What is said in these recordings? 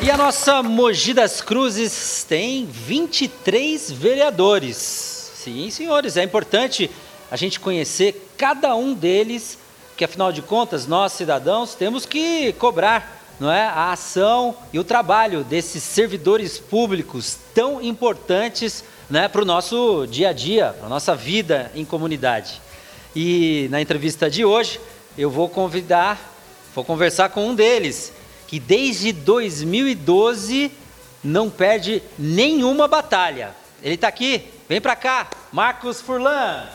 E a nossa Mogi das Cruzes tem 23 vereadores. Sim, senhores, é importante a gente conhecer cada um deles, porque afinal de contas, nós cidadãos temos que cobrar, não é, a ação e o trabalho desses servidores públicos tão importantes, né, para o nosso dia a dia, para a nossa vida em comunidade. E na entrevista de hoje, eu vou conversar com um deles, que desde 2012 não perde nenhuma batalha. Ele está aqui, vem para cá, Marcos Furlan.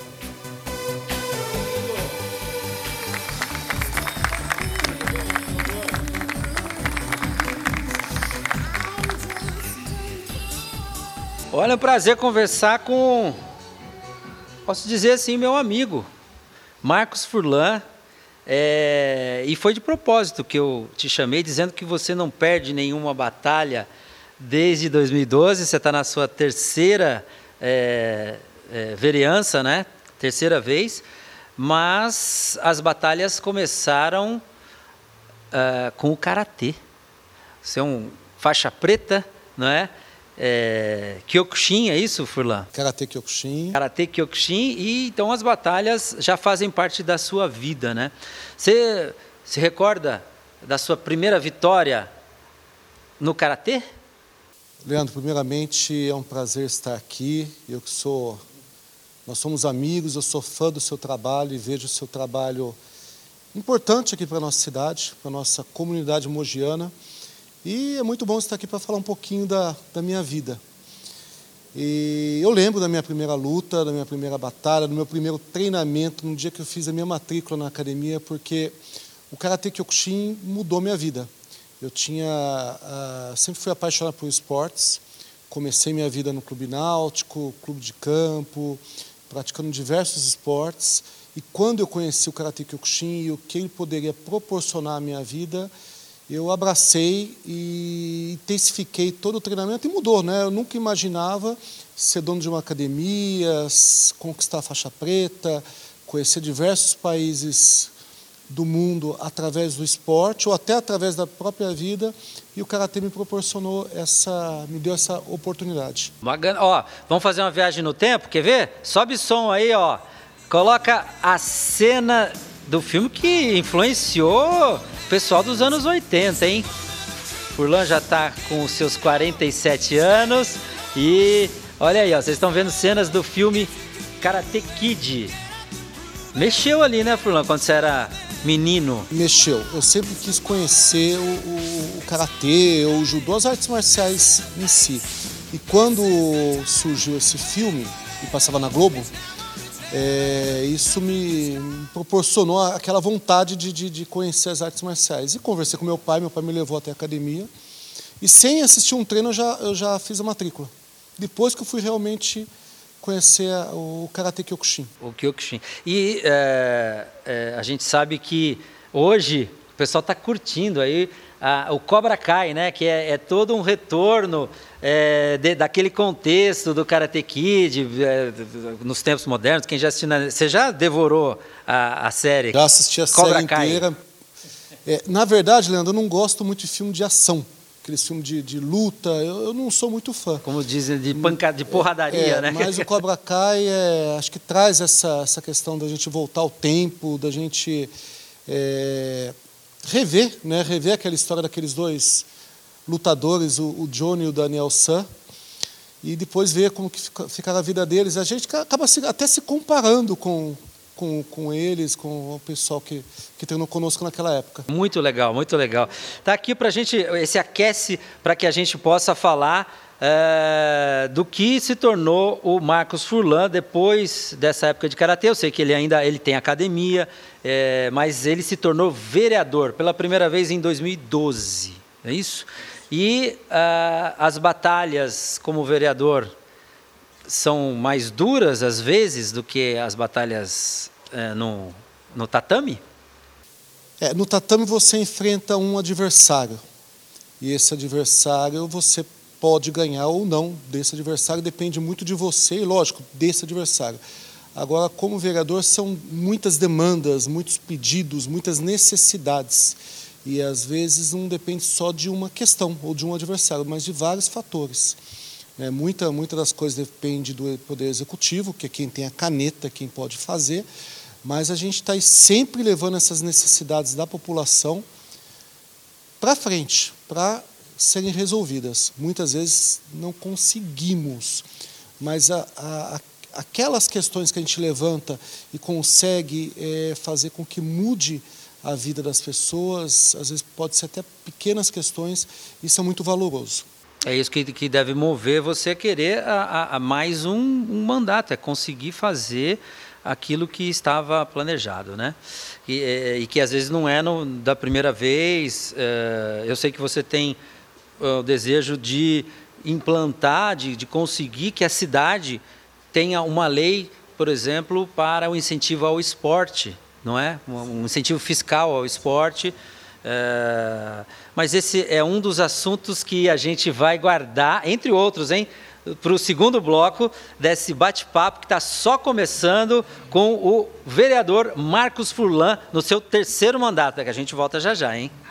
Olha, é um prazer conversar com, posso dizer assim, meu amigo, Marcos Furlan. E foi de propósito que eu te chamei, dizendo que você não perde nenhuma batalha desde 2012, você está na sua terceira vereança, né? Terceira vez, mas as batalhas começaram com o karatê. Você é um faixa preta, não é? Kyokushin, é isso, Furlan? Karatê Kyokushin. Karatê Kyokushin, e então as batalhas já fazem parte da sua vida, né? Você se recorda da sua primeira vitória no karatê? Leandro, primeiramente é um prazer estar aqui. Nós somos amigos, eu sou fã do seu trabalho e vejo o seu trabalho importante aqui para a nossa cidade, para a nossa comunidade mogiana. E é muito bom estar aqui para falar um pouquinho da minha vida. E eu lembro da minha primeira luta, da minha primeira batalha, do meu primeiro treinamento, no dia que eu fiz a minha matrícula na academia, porque o Karatê Kyokushin mudou minha vida. Eu sempre fui apaixonado por esportes, comecei minha vida no clube náutico, clube de campo, praticando diversos esportes. E quando eu conheci o Karatê Kyokushin e o que ele poderia proporcionar à minha vida, eu abracei e intensifiquei todo o treinamento e mudou, né? Eu nunca imaginava ser dono de uma academia, conquistar a faixa preta, conhecer diversos países do mundo através do esporte ou até através da própria vida, e o karatê me deu essa oportunidade. Bacana. Ó, vamos fazer uma viagem no tempo, quer ver? Sobe som aí, ó. Coloca a cena do filme que influenciou o pessoal dos anos 80, hein? Furlan já está com os seus 47 anos e olha aí, ó, vocês estão vendo cenas do filme Karate Kid. Mexeu ali, né, Furlan, quando você era menino? Mexeu. Eu sempre quis conhecer o karatê, o judô, as artes marciais em si. E quando surgiu esse filme e passava na Globo, isso me proporcionou aquela vontade de conhecer as artes marciais. E conversei com meu pai me levou até a academia. E sem assistir um treino, eu já fiz a matrícula. Depois que eu fui realmente conhecer o Karatê Kyokushin. O Kyokushin. E a gente sabe que hoje o pessoal está curtindo aí o Cobra Kai, né? Que é todo um retorno daquele contexto do Karate Kid nos tempos modernos. Quem já assistiu, você já devorou a série? Já assisti a Cobra série Kai inteira. Na verdade, Leandro, eu não gosto muito de filme de ação, aqueles filmes de luta. Eu não sou muito fã. Como dizem, de porradaria, né? Mas o Cobra Kai acho que traz essa questão da gente voltar ao tempo, da gente rever aquela história daqueles dois lutadores, o Johnny e o Daniel San, e depois ver como que ficará a vida deles. A gente acaba até se comparando com eles, com o pessoal que treinou conosco naquela época. Muito legal, muito legal. Está aqui para a gente, esse aquece para que a gente possa falar do que se tornou o Marcos Furlan depois dessa época de karatê. Eu sei que ele tem academia, mas ele se tornou vereador pela primeira vez em 2012, é isso? E as batalhas como vereador são mais duras às vezes do que as batalhas no tatame? No tatame você enfrenta um adversário, e esse adversário você pode ganhar ou não desse adversário, depende muito de você e, lógico, desse adversário. Agora, como vereador, são muitas demandas, muitos pedidos, muitas necessidades. E, às vezes, não depende só de uma questão ou de um adversário, mas de vários fatores. Muita das coisas depende do Poder Executivo, que é quem tem a caneta, quem pode fazer, mas a gente está sempre levando essas necessidades da população para frente, para serem resolvidas. Muitas vezes não conseguimos, mas aquelas questões que a gente levanta e consegue fazer com que mude a vida das pessoas, às vezes pode ser até pequenas questões, isso é muito valoroso. É isso que deve mover você a querer a mais um mandato, é conseguir fazer aquilo que estava planejado, né? E que às vezes não é da primeira vez. Eu sei que você tem o desejo de implantar, de conseguir que a cidade tenha uma lei, por exemplo, para o incentivo ao esporte, não é? Um incentivo fiscal ao esporte. Mas esse é um dos assuntos que a gente vai guardar, entre outros, para o segundo bloco desse bate-papo que está só começando com o vereador Marcos Furlan no seu terceiro mandato. Que a gente volta já já, hein?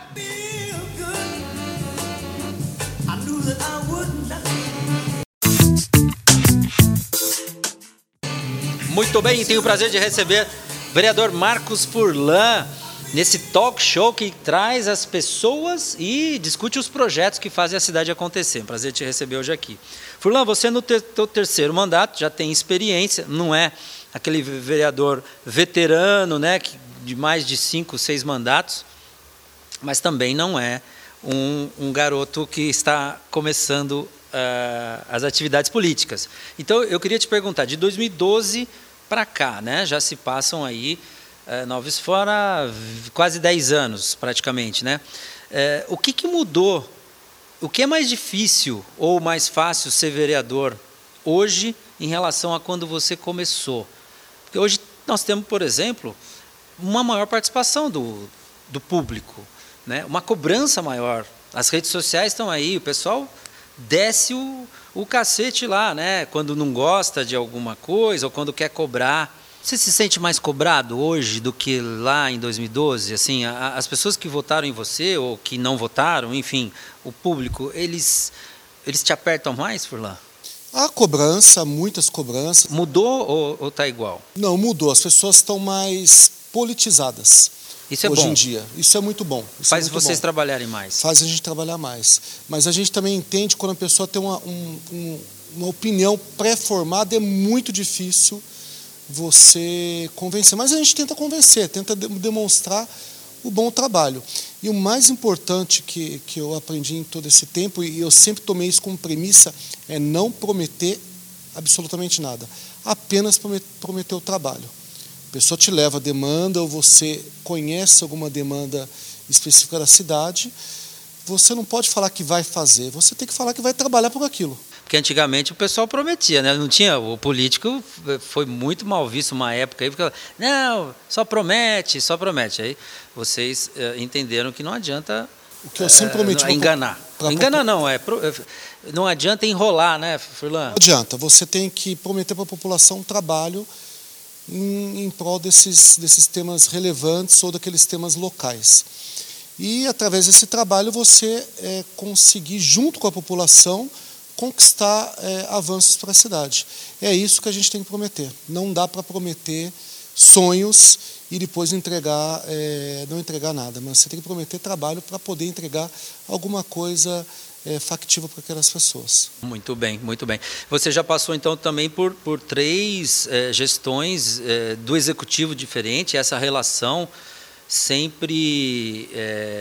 Muito bem, tenho o prazer de receber o vereador Marcos Furlan nesse talk show que traz as pessoas e discute os projetos que fazem a cidade acontecer. Prazer te receber hoje aqui. Furlan, você no teu terceiro mandato já tem experiência, não é aquele vereador veterano, né, de mais de 5, 6 mandatos, mas também não é um garoto que está começando as atividades políticas. Então, eu queria te perguntar, de 2012 para cá, né, já se passam aí, Noves fora, quase 10 anos, praticamente, né? O que mudou? O que é mais difícil ou mais fácil ser vereador hoje em relação a quando você começou? Porque hoje nós temos, por exemplo, uma maior participação do público, né? Uma cobrança maior. As redes sociais estão aí, o pessoal desce o cacete lá, né? Quando não gosta de alguma coisa ou quando quer cobrar. Você se sente mais cobrado hoje do que lá em 2012? Assim, as pessoas que votaram em você ou que não votaram, enfim, o público, eles te apertam mais, Furlan? Há cobrança, muitas cobranças. Mudou ou está igual? Não, mudou. As pessoas estão mais politizadas. Isso é hoje bom. em dia. Isso é muito bom. Isso Faz é muito vocês bom. trabalharem mais. Faz a gente trabalhar mais. Mas a gente também entende quando a pessoa tem uma opinião pré-formada, é muito difícil você convencer. Mas a gente tenta convencer, tenta demonstrar o bom trabalho. E o mais importante que eu aprendi em todo esse tempo, e eu sempre tomei isso como premissa, é não prometer absolutamente nada. Apenas prometer o trabalho. A pessoa te leva a demanda, ou você conhece alguma demanda específica da cidade, você não pode falar que vai fazer, você tem que falar que vai trabalhar por aquilo. Porque antigamente o pessoal prometia, né? Não tinha, o político foi muito mal visto uma época aí, porque não, só promete. Aí vocês entenderam que não adianta o que eu sempre prometi enganar. Enganar não, não adianta enrolar, né, Furlan? Não adianta, você tem que prometer para a população um trabalho em prol desses temas relevantes ou daqueles temas locais. E através desse trabalho você conseguir, junto com a população, conquistar avanços para a cidade. É isso que a gente tem que prometer. Não dá para prometer sonhos e depois não entregar nada, mas você tem que prometer trabalho para poder entregar alguma coisa factível para aquelas pessoas. Muito bem, muito bem. Você já passou então também por 3 gestões do executivo diferente, essa relação sempre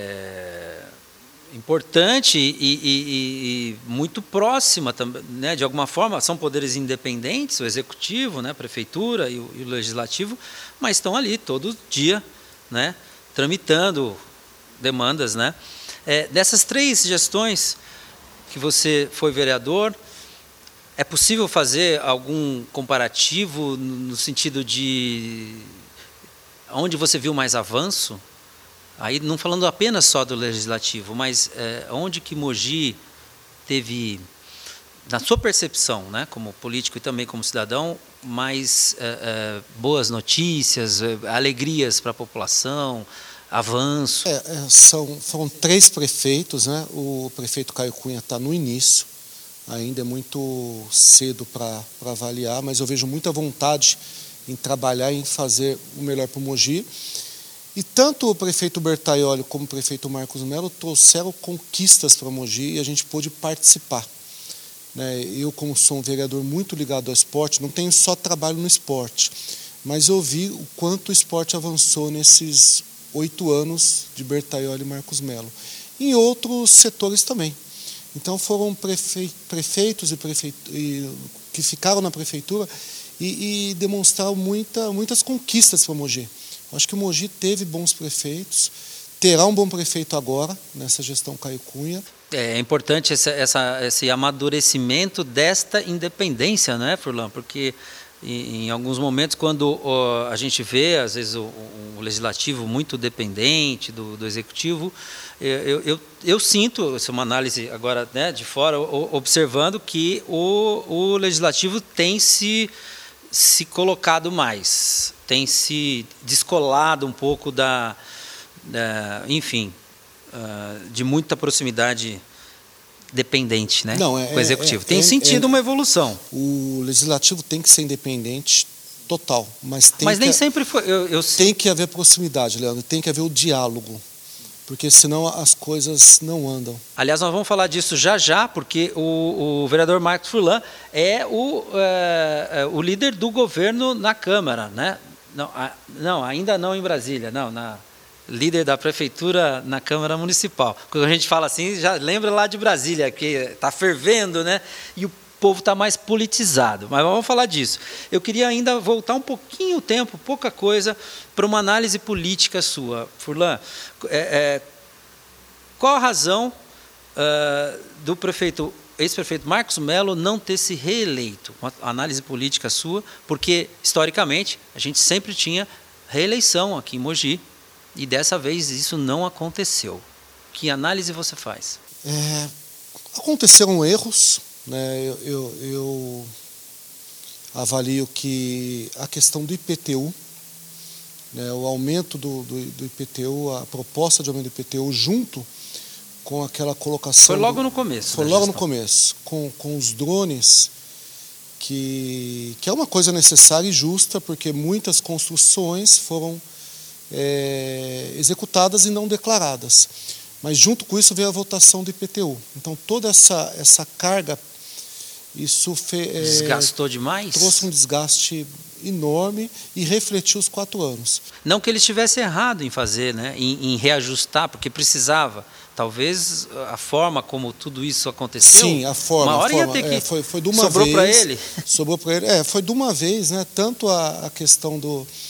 importante e muito próxima também, né? De alguma forma são poderes independentes, o executivo, né, a prefeitura e o legislativo, mas estão ali todo dia, né, tramitando demandas, né? Dessas 3 gestões que você foi vereador, é possível fazer algum comparativo no sentido de onde você viu mais avanço? Aí não falando apenas só do legislativo, mas onde que Mogi teve, na sua percepção, né, como político e também como cidadão, mais boas notícias, alegrias para a população, avanço? Foram 3 prefeitos, né? O prefeito Caio Cunha está no início, ainda é muito cedo para avaliar, mas eu vejo muita vontade em trabalhar, em fazer o melhor para o Mogi. E tanto o prefeito Bertaioli como o prefeito Marcos Melo trouxeram conquistas para Mogi e a gente pôde participar. Eu, como sou um vereador muito ligado ao esporte, não tenho só trabalho no esporte, mas eu vi o quanto o esporte avançou nesses 8 anos de Bertaioli e Marcos Melo. Em outros setores também. Então foram prefeitos que ficaram na prefeitura e demonstraram muitas conquistas para o Mogi. Acho que o Mogi teve bons prefeitos, terá um bom prefeito agora, nessa gestão Caio Cunha. É importante esse amadurecimento desta independência, né, Furlan? Porque em alguns momentos, quando a gente vê, às vezes, o legislativo muito dependente do executivo, eu sinto, essa é uma análise agora, né, de fora, observando que o legislativo tem se colocado mais, tem se descolado um pouco de muita proximidade dependente, né, com o executivo. Tem sentido uma evolução. O legislativo tem que ser independente total, mas nem sempre foi. Tem que haver proximidade, Leandro, tem que haver o diálogo, porque senão as coisas não andam. Aliás, nós vamos falar disso já, porque o vereador Marcos Furlan é o líder do governo na Câmara, né? Não, ainda não em Brasília, líder da prefeitura na Câmara Municipal. Quando a gente fala assim, já lembra lá de Brasília, que está fervendo, né? E o povo está mais politizado. Mas vamos falar disso. Eu queria ainda voltar um pouquinho o tempo, pouca coisa, para uma análise política sua. Furlan, qual a razão do ex-prefeito Marcos Melo não ter se reeleito? Uma análise política sua, porque, historicamente, a gente sempre tinha reeleição aqui em Mogi, e dessa vez isso não aconteceu. Que análise você faz? Aconteceram erros, né? Eu avalio que a questão do IPTU, né, o aumento do IPTU, a proposta de aumento do IPTU junto com aquela colocação... Foi logo no começo. Foi logo no começo, com os drones, que é uma coisa necessária e justa, porque muitas construções foram executadas e não declaradas. Mas junto com isso veio a votação do IPTU. Então toda essa carga, isso desgastou demais? Trouxe um desgaste enorme e refletiu os 4 anos. Não que ele estivesse errado em fazer, né, em reajustar, porque precisava. Talvez a forma como tudo isso aconteceu... Sim, a forma. Uma hora ia ter que... Foi de uma sobrou vez. Sobrou para ele? Sobrou para ele. Foi de uma vez, né? Tanto a questão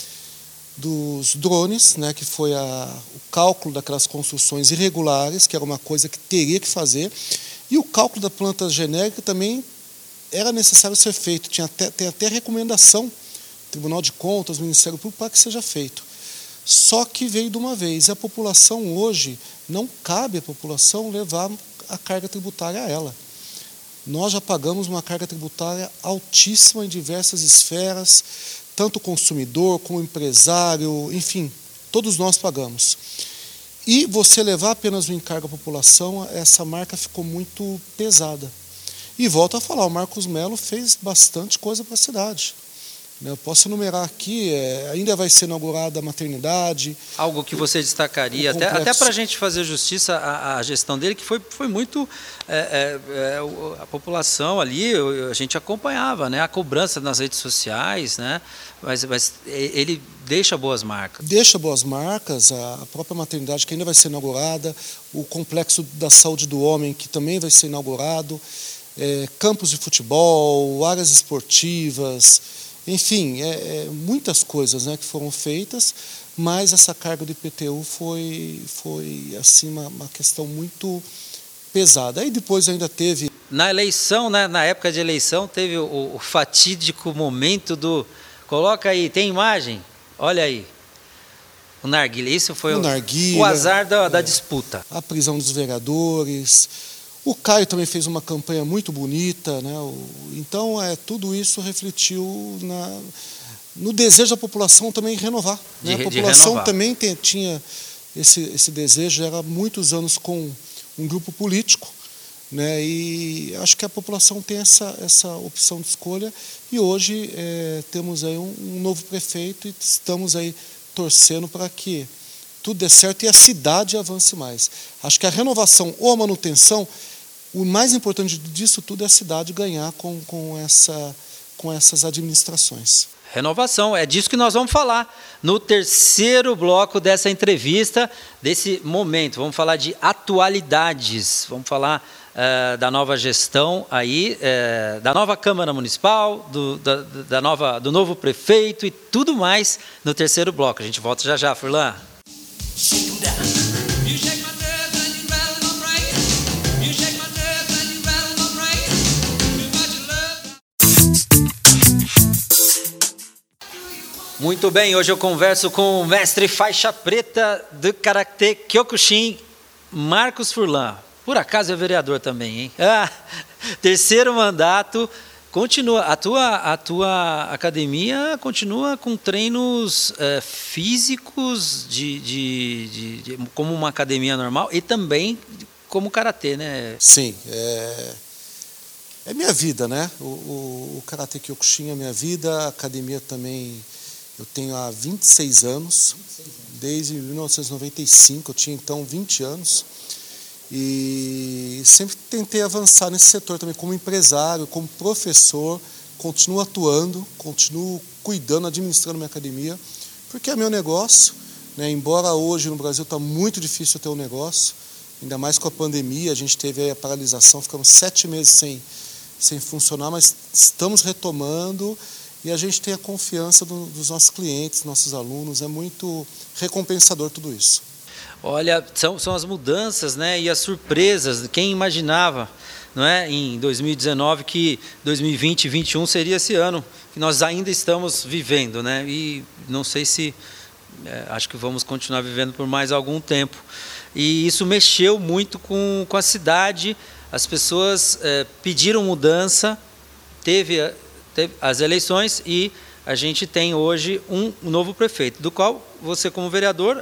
dos drones, né, que foi o cálculo daquelas construções irregulares, que era uma coisa que teria que fazer, e o cálculo da planta genérica também era necessário ser feito. Tem até recomendação, Tribunal de Contas, Ministério Público, para que seja feito. Só que veio de uma vez. E a população hoje, não cabe à população levar a carga tributária a ela. Nós já pagamos uma carga tributária altíssima em diversas esferas, tanto o consumidor como o empresário, enfim, todos nós pagamos. E você levar apenas o encargo à população, essa marca ficou muito pesada. E volto a falar, o Marcos Melo fez bastante coisa para a cidade. Eu posso enumerar aqui, ainda vai ser inaugurada a maternidade. Algo que você destacaria, até para a gente fazer justiça à gestão dele, que foi muito... a população ali, a gente acompanhava, né, a cobrança nas redes sociais, né, mas ele deixa boas marcas. Deixa boas marcas, a própria maternidade que ainda vai ser inaugurada, o complexo da saúde do homem que também vai ser inaugurado, campos de futebol, áreas esportivas... Enfim, muitas coisas, né, que foram feitas, mas essa carga do IPTU foi assim, uma questão muito pesada. Aí depois ainda teve... Na eleição, né, na época de eleição, teve o fatídico momento do... Coloca aí, tem imagem? Olha aí. O narguilé, isso foi o azar da disputa. A prisão dos vereadores... O Caio também fez uma campanha muito bonita, né? Então tudo isso refletiu no desejo da população também renovar. Né? A população também esse desejo era há muitos anos com um grupo político, né? E acho que a população tem essa opção de escolha, e hoje temos aí um novo prefeito e estamos aí torcendo para que tudo dê certo e a cidade avance mais. Acho que a renovação ou a manutenção, o mais importante disso tudo é a cidade ganhar com essas administrações. Renovação, é disso que nós vamos falar no terceiro bloco dessa entrevista, desse momento. Vamos falar de atualidades, vamos falar da nova gestão aí, da nova Câmara Municipal, do novo prefeito e tudo mais no terceiro bloco. A gente volta já, Furlan. Muito bem, hoje eu converso com o mestre faixa preta do Karatê Kyokushin, Marcos Furlan. Por acaso é vereador também, hein? Terceiro mandato, continua. A tua academia continua com treinos físicos como uma academia normal e também como karatê, né? Sim, é minha vida, né? O Karatê Kyokushin é minha vida, a academia também. Eu tenho há 26 anos, desde 1995, eu tinha então 20 anos, e sempre tentei avançar nesse setor também como empresário, como professor, continuo atuando, continuo cuidando, administrando minha academia, porque é meu negócio, né? Embora hoje no Brasil está muito difícil ter um negócio, ainda mais com a pandemia, a gente teve a paralisação, ficamos 7 meses sem funcionar, mas estamos retomando. E a gente tem a confiança dos nossos clientes, nossos alunos, é muito recompensador tudo isso. Olha, são as mudanças, né, e as surpresas. Quem imaginava, não é, em 2019 que 2020 e 2021 seria esse ano que nós ainda estamos vivendo, né? E não sei se acho que vamos continuar vivendo por mais algum tempo. E isso mexeu muito com a cidade. As pessoas pediram mudança, teve as eleições e a gente tem hoje um novo prefeito, do qual você, como vereador,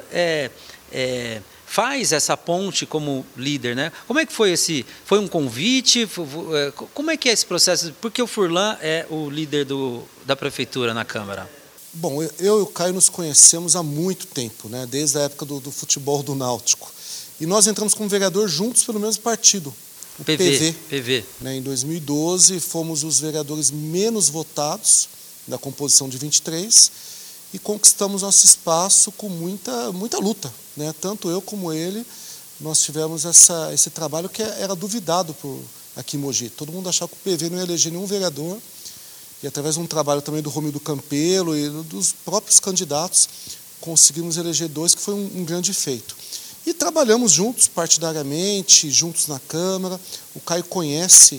faz essa ponte como líder, né? Como é que foi foi um convite? Como é que é esse processo? Porque o Furlan é o líder da prefeitura na Câmara. Bom, eu e o Caio nos conhecemos há muito tempo, né? Desde a época do futebol do Náutico. E nós entramos como vereador juntos pelo mesmo partido. O PV. Né, em 2012, fomos os vereadores menos votados, da composição de 23, e conquistamos nosso espaço com muita luta. Né? Tanto eu como ele, nós tivemos esse trabalho que era duvidado aqui em Mogi. Todo mundo achava que o PV não ia eleger nenhum vereador, e através de um trabalho também do Romildo Campelo e dos próprios candidatos, conseguimos eleger 2, que foi um grande feito. E trabalhamos juntos, partidariamente, juntos na Câmara. O Caio conhece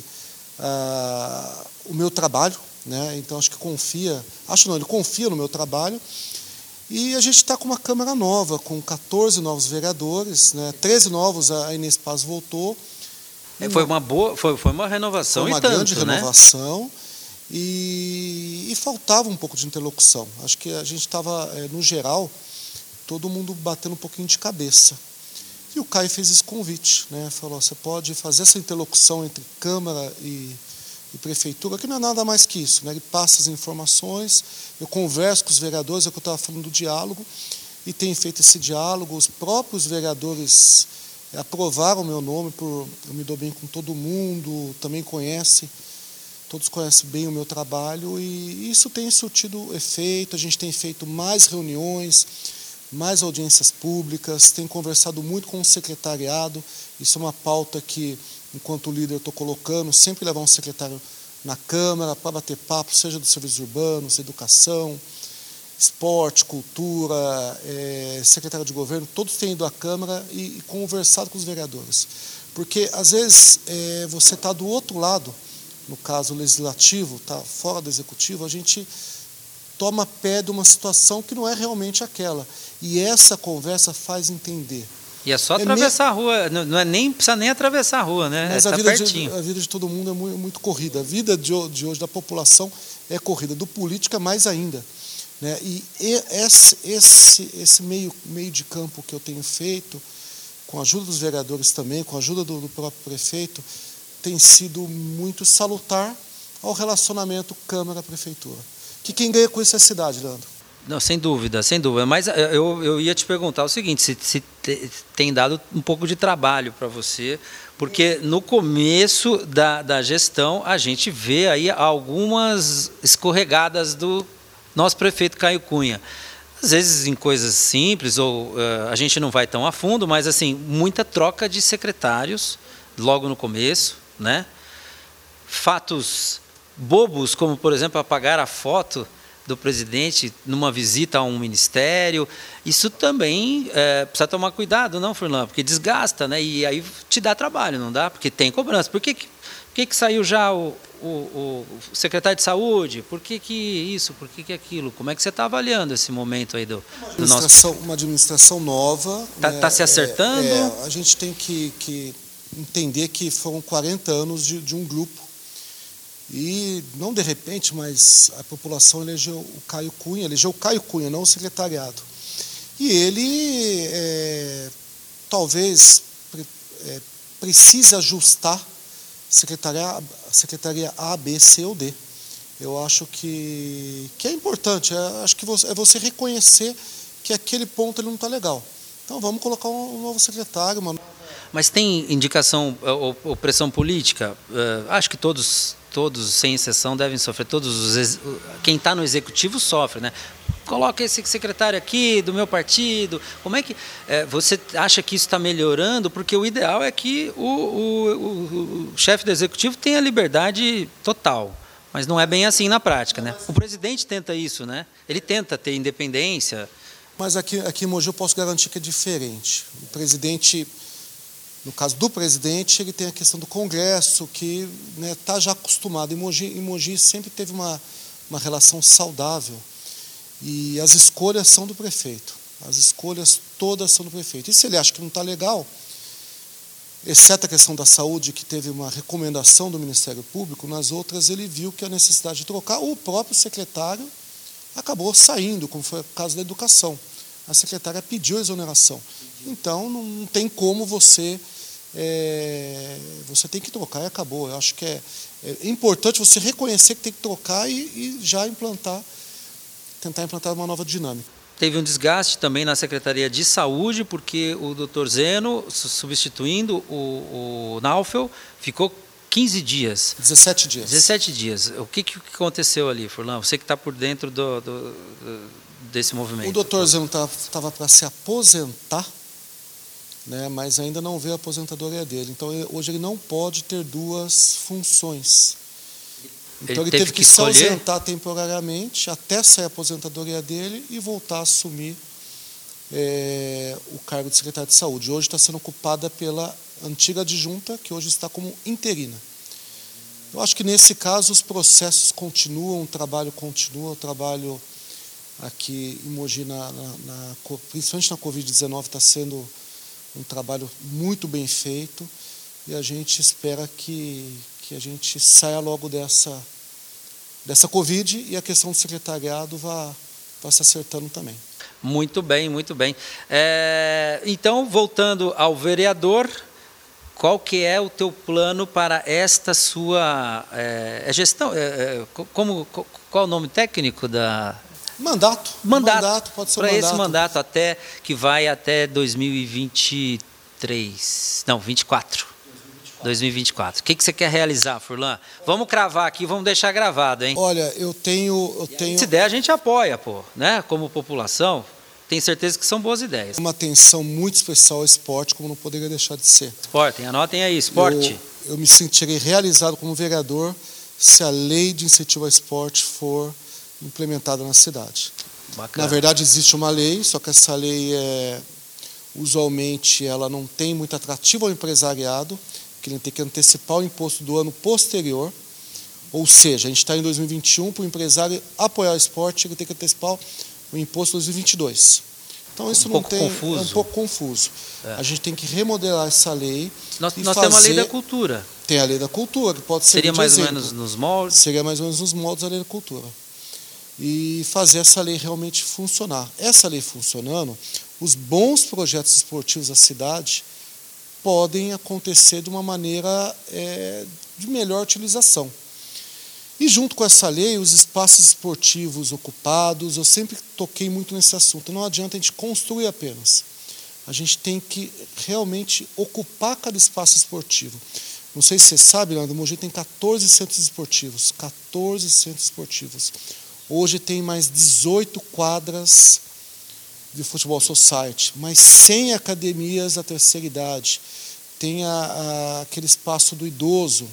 o meu trabalho, né? Então acho que ele confia no meu trabalho. E a gente está com uma Câmara nova, com 14 novos vereadores, né? 13 novos, a Inês Paz voltou. Foi uma renovação. Foi uma grande renovação, né? E faltava um pouco de interlocução. Acho que a gente estava, no geral, todo mundo batendo um pouquinho de cabeça. E o Caio fez esse convite, né? Falou, você pode fazer essa interlocução entre Câmara e Prefeitura, que não é nada mais que isso, né? Ele passa as informações, eu converso com os vereadores, é o que eu estava falando do diálogo, e tem feito esse diálogo. Os próprios vereadores aprovaram o meu nome, eu me dou bem com todo mundo, também todos conhecem bem o meu trabalho, e isso tem surtido efeito. A gente tem feito mais reuniões, mais audiências públicas, tem conversado muito com o secretariado. Isso é uma pauta que, enquanto líder, eu estou colocando, sempre levar um secretário na Câmara para bater papo, seja dos serviços urbanos, educação, esporte, cultura, secretário de governo, todos têm ido à Câmara e conversado com os vereadores. Porque, às vezes, você está do outro lado, no caso legislativo, está fora do executivo, a gente toma pé de uma situação que não é realmente aquela. E essa conversa faz entender. E é só atravessar a rua, não precisa nem atravessar a rua, né? Mas a vida de todo mundo é muito corrida. A vida de hoje da população é corrida, do político mais ainda. né? E esse meio de campo que eu tenho feito, com a ajuda dos vereadores também, com a ajuda do próprio prefeito, tem sido muito salutar ao relacionamento Câmara-Prefeitura. Que quem ganha com isso é a cidade, Leandro. Não, sem dúvida, sem dúvida. Mas eu ia te perguntar o seguinte, se tem dado um pouco de trabalho para você, porque no começo da gestão a gente vê aí algumas escorregadas do nosso prefeito Caio Cunha. Às vezes em coisas simples, ou a gente não vai tão a fundo, mas assim, muita troca de secretários logo no começo, né? Fatos bobos, como por exemplo apagar a foto do presidente numa visita a um ministério, isso também precisa tomar cuidado, não, Furlan? Porque desgasta, né? E aí te dá trabalho, não dá? Porque tem cobrança. Por que saiu já o secretário de saúde? Por que isso? Por que aquilo? Como é que você está avaliando esse momento aí do nosso... Uma administração nova. Está se acertando? A gente tem que entender que foram 40 anos de um grupo. E não de repente, mas a população elegeu o Caio Cunha, não o secretariado. E ele talvez precise ajustar secretaria A, B, C ou D. Eu acho que é importante, acho que é você reconhecer que aquele ponto ele não está legal. Então vamos colocar um novo secretário. Mas tem indicação ou pressão política? Acho que todos, sem exceção, devem sofrer. Quem está no executivo sofre, né? Coloca esse secretário aqui do meu partido. Como é que você acha que isso está melhorando? Porque o ideal é que o chefe do executivo tenha liberdade total. Mas não é bem assim na prática, né? O presidente tenta isso, né? Ele tenta ter independência. Mas aqui em Mogi eu posso garantir que é diferente. O presidente... No caso do presidente, ele tem a questão do Congresso, que está já acostumado. Em Mogi sempre teve uma relação saudável. E as escolhas são do prefeito. As escolhas todas são do prefeito. E se ele acha que não está legal, exceto a questão da saúde, que teve uma recomendação do Ministério Público, nas outras ele viu que a necessidade de trocar. O próprio secretário acabou saindo, como foi o caso da educação. A secretária pediu exoneração. Então, não tem como você tem que trocar e acabou. Eu acho que é importante você reconhecer que tem que trocar e já tentar implantar uma nova dinâmica. Teve um desgaste também na Secretaria de Saúde, porque o Dr. Zeno, substituindo o Naufel, ficou 15 dias. 17 dias. 17 dias. O que aconteceu ali, Furlan? Você que está por dentro desse movimento. O Dr. Zeno estava para se aposentar, né, mas ainda não veio a aposentadoria dele. Então, hoje ele não pode ter duas funções. Então, ele teve que se ausentar temporariamente até sair a aposentadoria dele e voltar a assumir o cargo de secretário de saúde. Hoje está sendo ocupada pela antiga adjunta, que hoje está como interina. Eu acho que, nesse caso, os processos continuam, o trabalho continua, o trabalho aqui em Mogi, principalmente na Covid-19, está sendo um trabalho muito bem feito e a gente espera que a gente saia logo dessa Covid e a questão do secretariado vá se acertando também. Muito bem, muito bem. Então, voltando ao vereador, qual que é o teu plano para esta sua gestão? Qual é o nome técnico da... Mandato, pode ser para esse mandato que vai até 2023, não, 2024. O que você quer realizar, Furlan? Vamos cravar aqui, vamos deixar gravado, hein? Olha, eu tenho... Se der, a gente apoia, né? Como população, tenho certeza que são boas ideias. Uma atenção muito especial ao esporte, como não poderia deixar de ser. Esporte, anotem aí, esporte. Eu me sentirei realizado como vereador se a lei de incentivo ao esporte for implementada na cidade. Bacana. Na verdade, existe uma lei, só que essa lei, usualmente, ela não tem muito atrativo ao empresariado, que ele tem que antecipar o imposto do ano posterior, ou seja, a gente está em 2021, para o empresário apoiar o esporte, ele tem que antecipar o imposto 2022. Então, isso não tem... Confuso. É um pouco confuso. A gente tem que remodelar essa lei. Nós temos a lei da cultura. Tem a lei da cultura, que pode ser... Seria mais ou menos nos moldes? Seria mais ou menos nos moldes da lei da cultura. e fazer essa lei realmente funcionar. Essa lei funcionando, os bons projetos esportivos da cidade podem acontecer de uma maneira de melhor utilização. E junto com essa lei, os espaços esportivos ocupados, eu sempre toquei muito nesse assunto. Não adianta a gente construir apenas. A gente tem que realmente ocupar cada espaço esportivo. Não sei se você sabe, Leandro, o Mogi tem 14 centros esportivos. 14 centros esportivos. Hoje tem mais 18 quadras de futebol society, mais 100 academias da terceira idade. Tem aquele espaço do idoso.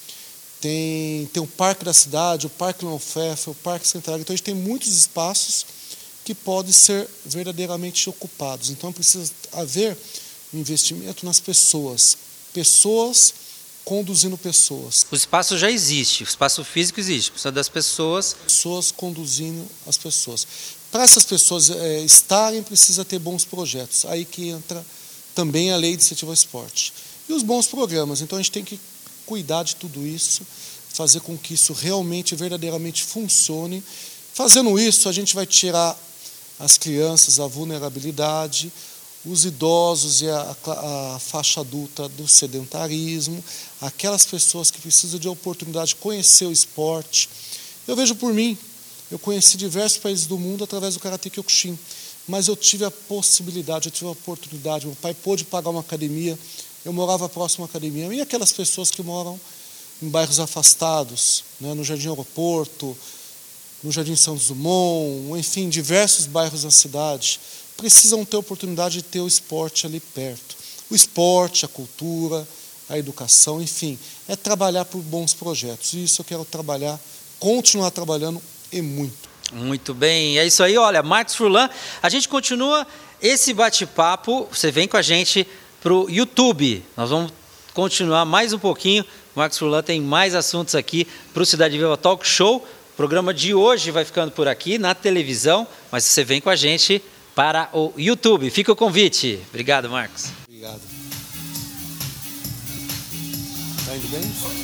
Tem o Parque da Cidade, o Parque Leão Fefe, o Parque Central. Então, a gente tem muitos espaços que podem ser verdadeiramente ocupados. Então, precisa haver um investimento nas pessoas. Pessoas conduzindo pessoas. O espaço já existe, o espaço físico existe, precisa das pessoas. Pessoas conduzindo as pessoas. Para essas pessoas estarem, precisa ter bons projetos. Aí que entra também a lei de incentivo ao esporte. E os bons programas. Então, a gente tem que cuidar de tudo isso, fazer com que isso realmente, verdadeiramente funcione. Fazendo isso, a gente vai tirar as crianças, a vulnerabilidade, os idosos e a faixa adulta do sedentarismo, aquelas pessoas que precisam de oportunidade de conhecer o esporte. Eu vejo por mim, eu conheci diversos países do mundo através do Karate Kyokushin, mas eu tive a possibilidade, eu tive a oportunidade, meu pai pôde pagar uma academia, eu morava próximo à academia. E aquelas pessoas que moram em bairros afastados, né, no Jardim Aeroporto, no Jardim Santos Dumont, enfim, diversos bairros da cidade, precisam ter a oportunidade de ter o esporte ali perto. O esporte, a cultura, a educação, enfim, é trabalhar por bons projetos. E isso eu quero trabalhar, continuar trabalhando e muito. Muito bem, é isso aí. Olha, Marcos Furlan, a gente continua esse bate-papo, você vem com a gente para o YouTube. Nós vamos continuar mais um pouquinho. O Marcos Furlan tem mais assuntos aqui para o Cidade Viva Talk Show. O programa de hoje vai ficando por aqui na televisão, mas você vem com a gente para o YouTube. Fica o convite. Obrigado, Marcos. Obrigado. Está indo bem?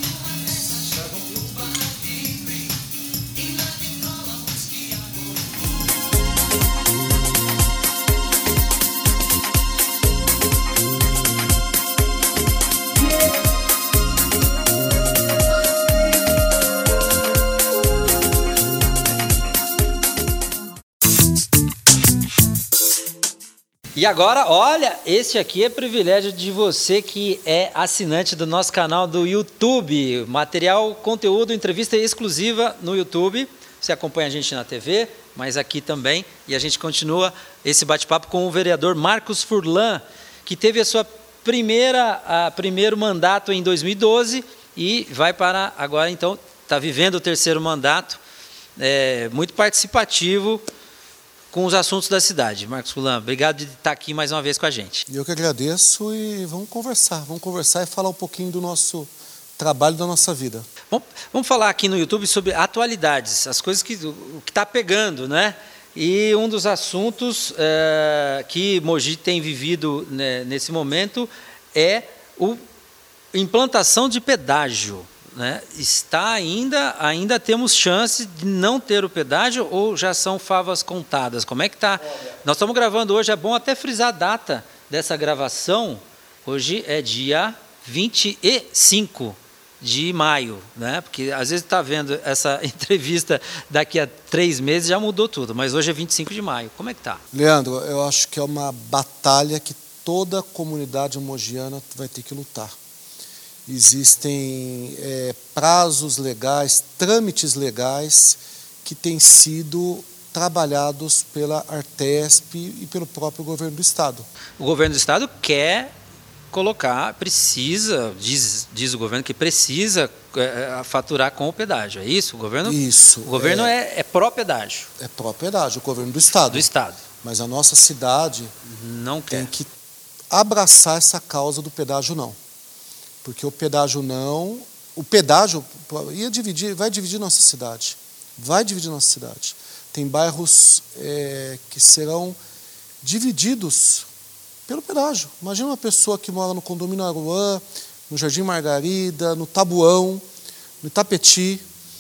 E agora, olha, esse aqui é privilégio de você que é assinante do nosso canal do YouTube. Material, conteúdo, entrevista exclusiva no YouTube. Você acompanha a gente na TV, mas aqui também. E a gente continua esse bate-papo com o vereador Marcos Furlan, que teve a sua primeiro mandato em 2012 e vai para agora, então, está vivendo o terceiro mandato, muito participativo com os assuntos da cidade. Marcos Furlan, obrigado de estar aqui mais uma vez com a gente. Eu que agradeço e vamos conversar e falar um pouquinho do nosso trabalho, da nossa vida. Vamos falar aqui no YouTube sobre atualidades, as coisas o que está pegando, né? E um dos assuntos que Mogi tem vivido, né, nesse momento é a implantação de pedágio. Né? Está ainda temos chance de não ter o pedágio ou já são favas contadas? Como é que está? Nós estamos gravando hoje, é bom até frisar a data dessa gravação. Hoje é dia 25 de maio, né? Porque às vezes está vendo essa entrevista daqui a 3 meses, já mudou tudo, mas hoje é 25 de maio. Como é que está? Leandro, eu acho que é uma batalha que toda a comunidade mogiana vai ter que lutar. Existem prazos legais, trâmites legais que têm sido trabalhados pela Artesp e pelo próprio governo do Estado. O governo do Estado quer diz o governo que precisa faturar com o pedágio, é isso? O governo, isso. O governo é pró-pedágio. É pró-pedágio, o governo do Estado. Do Estado. Mas a nossa cidade não tem que abraçar essa causa do pedágio não. Porque o pedágio vai dividir nossa cidade. Vai dividir nossa cidade. Tem bairros que serão divididos pelo pedágio. Imagina uma pessoa que mora no condomínio Aruã, no Jardim Margarida, no Tabuão, no Itapetí,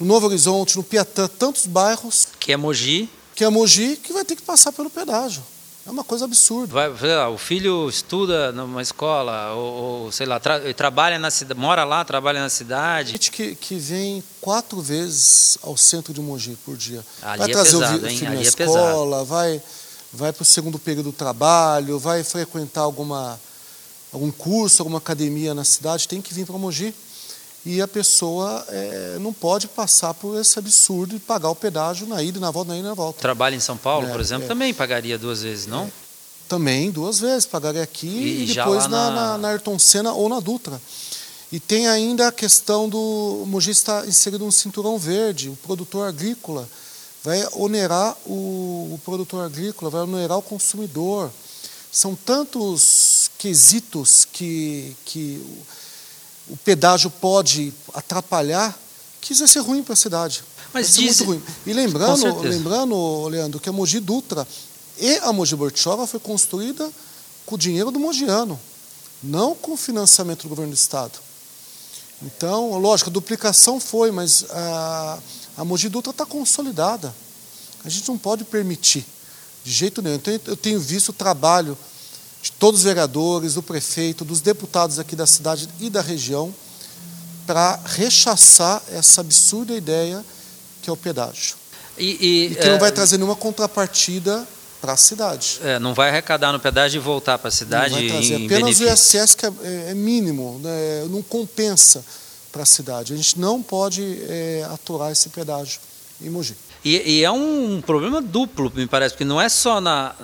no Novo Horizonte, no Piatã, tantos bairros, Que é Mogi. que vai ter que passar pelo pedágio. É uma coisa absurda. O filho estuda numa escola, ou sei lá, trabalha na cidade, mora lá, trabalha na cidade. Gente que vem 4 vezes ao centro de Mogi por dia. Ali Vai é trazer pesado, o hein? filho na Ali é escola, vai para o segundo período do trabalho, vai frequentar algum curso, alguma academia na cidade, tem que vir para Mogi. E a pessoa não pode passar por esse absurdo de pagar o pedágio na ida e na volta. Trabalha em São Paulo, por exemplo, também pagaria 2 vezes, não? Também 2 vezes, pagaria aqui e já depois lá na Ayrton Senna ou na Dutra. E tem ainda a questão do Mogi está inserido no cinturão verde, o produtor agrícola vai onerar o produtor agrícola, vai onerar o consumidor. São tantos quesitos que o pedágio pode atrapalhar, que isso vai ser ruim para a cidade. Mas vai ser muito ruim. E lembrando, Leandro, que a Mogi Dutra e a Mogi Bertioga foi construída com o dinheiro do mogiano, não com o financiamento do governo do estado. Então, lógico, a duplicação foi, mas a Mogi Dutra está consolidada. A gente não pode permitir, de jeito nenhum. Então, eu tenho visto o trabalho de todos os vereadores, do prefeito, dos deputados aqui da cidade e da região, para rechaçar essa absurda ideia que é o pedágio. E que não vai trazer nenhuma contrapartida para a cidade. Não vai arrecadar no pedágio e voltar para a cidade. Não vai trazer. Em Apenas benefício. o ISS que é mínimo, né, não compensa para a cidade. A gente não pode aturar esse pedágio em Mogi. E é um problema duplo, me parece, porque não é só na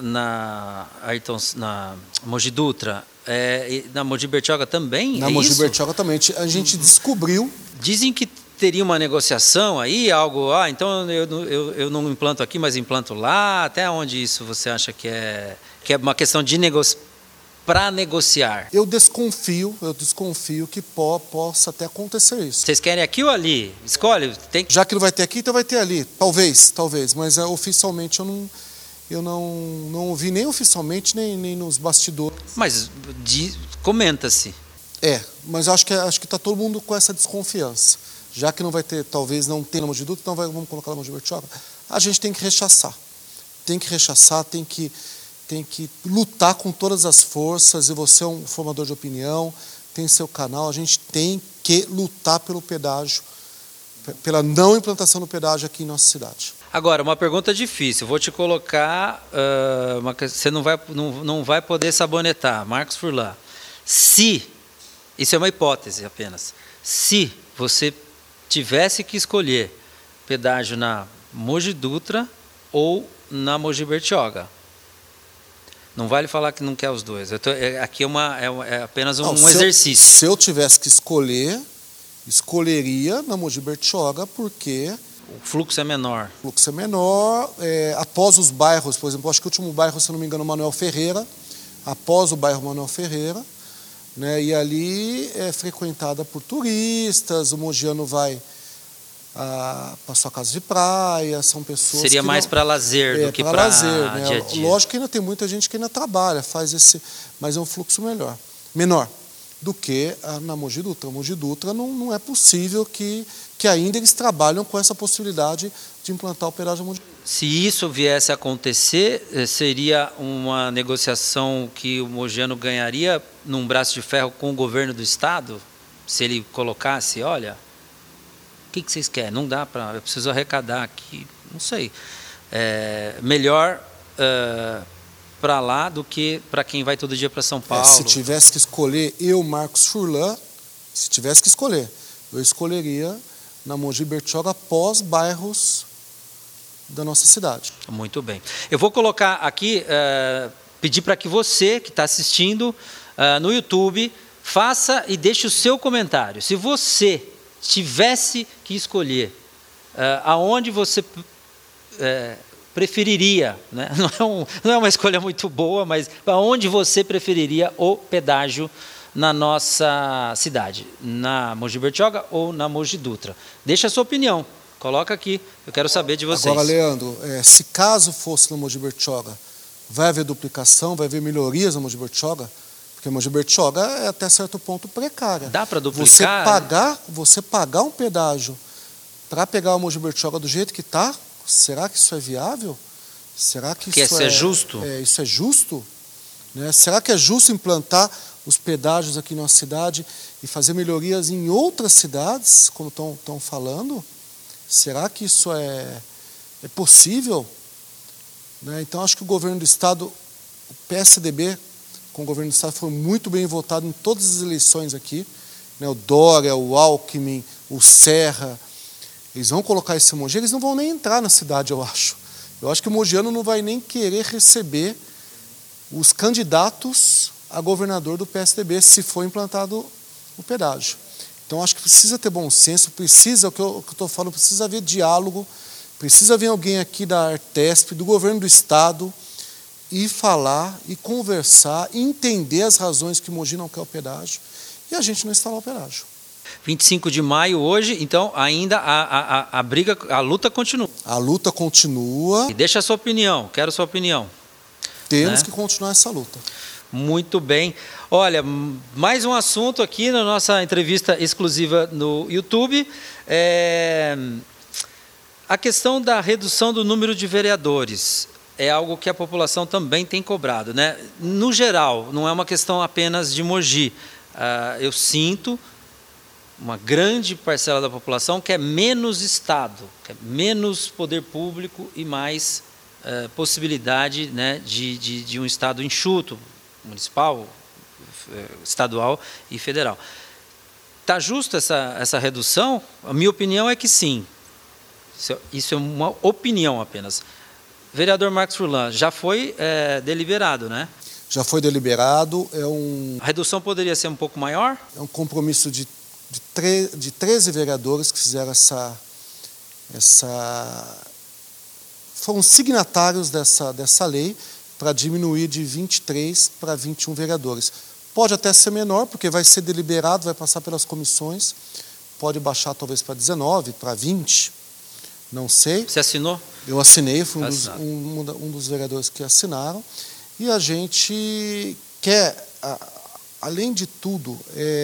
Mogi Dutra, na Mogi Bertioga também. Na Mogi Bertioga também. A gente descobriu. Dizem que teria uma negociação aí, algo, então eu não implanto aqui, mas implanto lá. Até onde isso você acha que é uma questão de para negociar? Eu desconfio que possa até acontecer isso. Vocês querem aqui ou ali? Escolhe. Já que não vai ter aqui, então vai ter ali. Talvez, mas oficialmente eu não ouvi nem oficialmente, nem nos bastidores. Mas comenta-se. Mas acho que está todo mundo com essa desconfiança. Já que não vai ter, talvez não tenha na Mogi Dutra, então vamos colocar na Mogi Bertioga. A gente tem que rechaçar. Tem que lutar com todas as forças, e você é um formador de opinião, tem seu canal, a gente tem que lutar pelo pedágio, pela não implantação do pedágio aqui em nossa cidade. Agora, uma pergunta difícil, vou te colocar, você não vai poder sabonetar, Marcos Furlan. Isso é uma hipótese apenas, se você tivesse que escolher pedágio na Mogi Dutra ou na Mogi Bertioga, não vale falar que não quer os dois. Aqui é apenas um exercício. Se eu tivesse que escolher, escolheria na Mogi Bertioga, porque o fluxo é menor. Após os bairros, por exemplo, acho que o último bairro, se não me engano, Manuel Ferreira, após o bairro Manuel Ferreira, né, e ali é frequentada por turistas, o mogiano vai para sua casa de praia, são pessoas. Seria mais para lazer do que para lazer, né? Dia a dia. Lógico que ainda tem muita gente que ainda trabalha, mas é um fluxo menor do que na Mogi Dutra. A Mogi Dutra não é possível que ainda eles trabalham com essa possibilidade de implantar o pedágio Mogi Dutra. Se isso viesse a acontecer, seria uma negociação que o mogiano ganharia num braço de ferro com o governo do estado? Se ele colocasse, olha, o que vocês querem? Não dá para, eu preciso arrecadar aqui, não sei. Melhor para lá do que para quem vai todo dia para São Paulo. Se tivesse que escolher, Marcos Furlan, eu escolheria na Mogi Bertioga após bairros da nossa cidade. Muito bem. Eu vou colocar aqui, pedir para que você que está assistindo no YouTube, faça e deixe o seu comentário. Se você tivesse que escolher aonde você preferiria, né? Não é uma escolha muito boa, mas aonde você preferiria o pedágio na nossa cidade? Na Mogi Bertioga ou na Mogi Dutra? Deixa a sua opinião. Coloca aqui, eu quero saber de vocês. Agora, Leandro, se caso fosse na Mogi Bertioga, vai haver duplicação, vai haver melhorias na Mogi Bertioga? Porque a Mogi Bertioga é até certo ponto precária. Dá para duplicar? Você pagar um pedágio para pegar o Mogi Bertioga do jeito que está, será que isso é viável? Será que isso é justo? Isso é justo? Né? Será que é justo implantar os pedágios aqui na nossa cidade e fazer melhorias em outras cidades, como estão falando? Será que isso é possível? Né? Então, acho que o governo do Estado, o PSDB, com o governo do Estado, foi muito bem votado em todas as eleições aqui. Né? O Dória, o Alckmin, o Serra, eles vão colocar esse Mogi, eles não vão nem entrar na cidade, eu acho. Eu acho que o mogiano não vai nem querer receber os candidatos a governador do PSDB se for implantado o pedágio. Então, acho que precisa ter bom senso, o que eu estou falando, precisa haver diálogo, precisa vir alguém aqui da Artesp, do governo do Estado, e falar, e conversar, e entender as razões que Mogi não quer o pedágio, e a gente não instalar o pedágio. 25 de maio hoje, então ainda a briga, a luta continua. A luta continua. E deixa a sua opinião, quero a sua opinião. Temos que continuar essa luta. Muito bem. Olha, mais um assunto aqui na nossa entrevista exclusiva no YouTube. A questão da redução do número de vereadores é algo que a população também tem cobrado, né? No geral, não é uma questão apenas de Mogi. Eu sinto uma grande parcela da população quer menos Estado, quer menos poder público e mais possibilidade, né, de um Estado enxuto, municipal, estadual e federal. Está justo essa redução? A minha opinião é que sim. Isso é uma opinião apenas. Vereador Marcos Furlan, já foi deliberado, né? Já foi deliberado. A redução poderia ser um pouco maior? É um compromisso de 13 vereadores que fizeram foram signatários dessa lei para diminuir de 23 para 21 vereadores. Pode até ser menor, porque vai ser deliberado, vai passar pelas comissões, pode baixar talvez para 19, para 20, não sei. Você assinou? Eu assinei, fui um dos vereadores que assinaram, e a gente quer, além de tudo,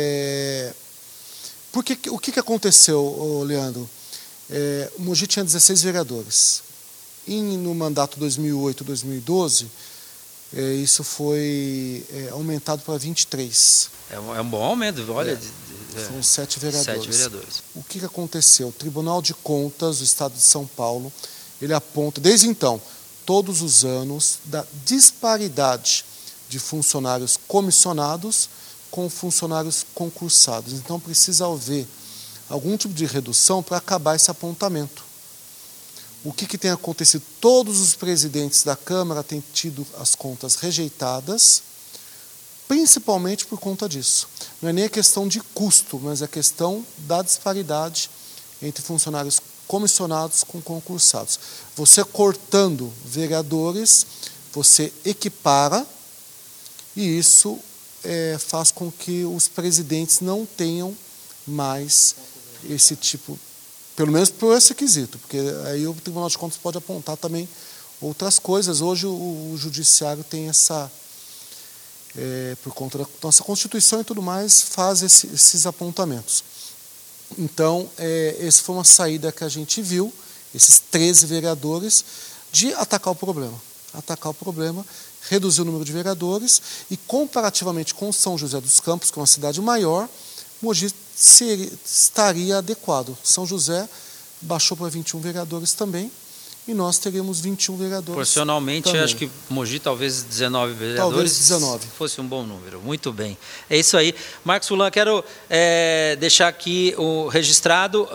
o que aconteceu, Leandro? O Mogi tinha 16 vereadores. E no mandato 2008-2012, isso foi aumentado para 23. É um bom aumento, olha. São 7 vereadores. 7 vereadores. O que aconteceu? O Tribunal de Contas do Estado de São Paulo, ele aponta, desde então, todos os anos, da disparidade de funcionários comissionados com funcionários concursados. Então, precisa haver algum tipo de redução para acabar esse apontamento. O que tem acontecido? Todos os presidentes da Câmara têm tido as contas rejeitadas, principalmente por conta disso. Não é nem a questão de custo, mas a questão da disparidade entre funcionários comissionados com concursados. Você cortando vereadores, você equipara, e isso faz com que os presidentes não tenham mais esse tipo, pelo menos por esse quesito, porque aí o Tribunal de Contas pode apontar também outras coisas. Hoje o Judiciário tem por conta da nossa Constituição e tudo mais, faz esses apontamentos. Então, essa foi uma saída que a gente viu, esses 13 vereadores, de atacar o problema. Reduzir o número de vereadores e, comparativamente com São José dos Campos, que é uma cidade maior, Mogi estaria adequado. São José baixou para 21 vereadores também, e nós teríamos 21 vereadores. Proporcionalmente, também. Acho que Mogi talvez 19 vereadores. Talvez 19. Fosse um bom número. Muito bem. É isso aí. Marcos Furlan, quero deixar aqui registrado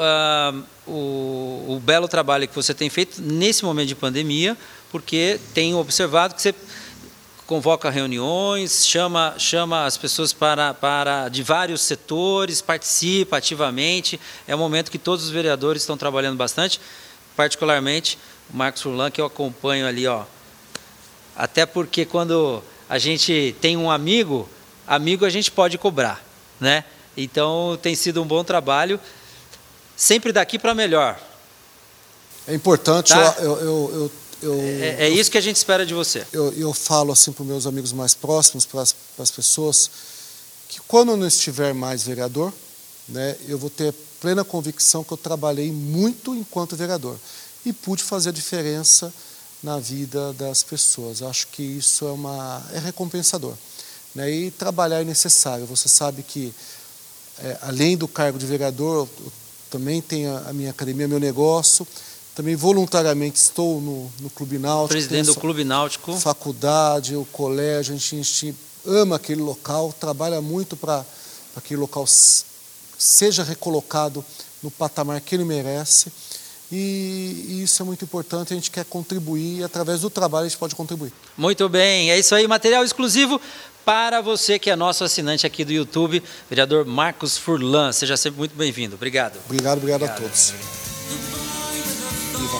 o belo trabalho que você tem feito nesse momento de pandemia, porque tenho observado que você convoca reuniões, chama as pessoas de vários setores, participa ativamente. É um momento que todos os vereadores estão trabalhando bastante, particularmente o Marcos Furlan, que eu acompanho ali, ó. Até porque quando a gente tem um amigo a gente pode cobrar, né? Então tem sido um bom trabalho, sempre daqui para melhor. É importante, tá? É isso que a gente espera de você. Eu falo assim para os meus amigos mais próximos, para as pessoas, que quando não estiver mais vereador, né, eu vou ter plena convicção que eu trabalhei muito enquanto vereador e pude fazer a diferença na vida das pessoas. Acho que isso é recompensador, né? E trabalhar é necessário. Você sabe que, além do cargo de vereador, eu também tenho a minha academia, meu negócio. Também voluntariamente estou no Clube Náutico. Presidente do Clube Náutico. Faculdade, o colégio, a gente ama aquele local, trabalha muito para aquele local seja recolocado no patamar que ele merece. E isso é muito importante, a gente quer contribuir e através do trabalho a gente pode contribuir. Muito bem, é isso aí, material exclusivo para você que é nosso assinante aqui do YouTube, vereador Marcos Furlan. Seja sempre muito bem-vindo. Obrigado. Obrigado a todos.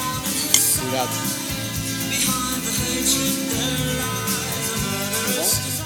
Obrigado.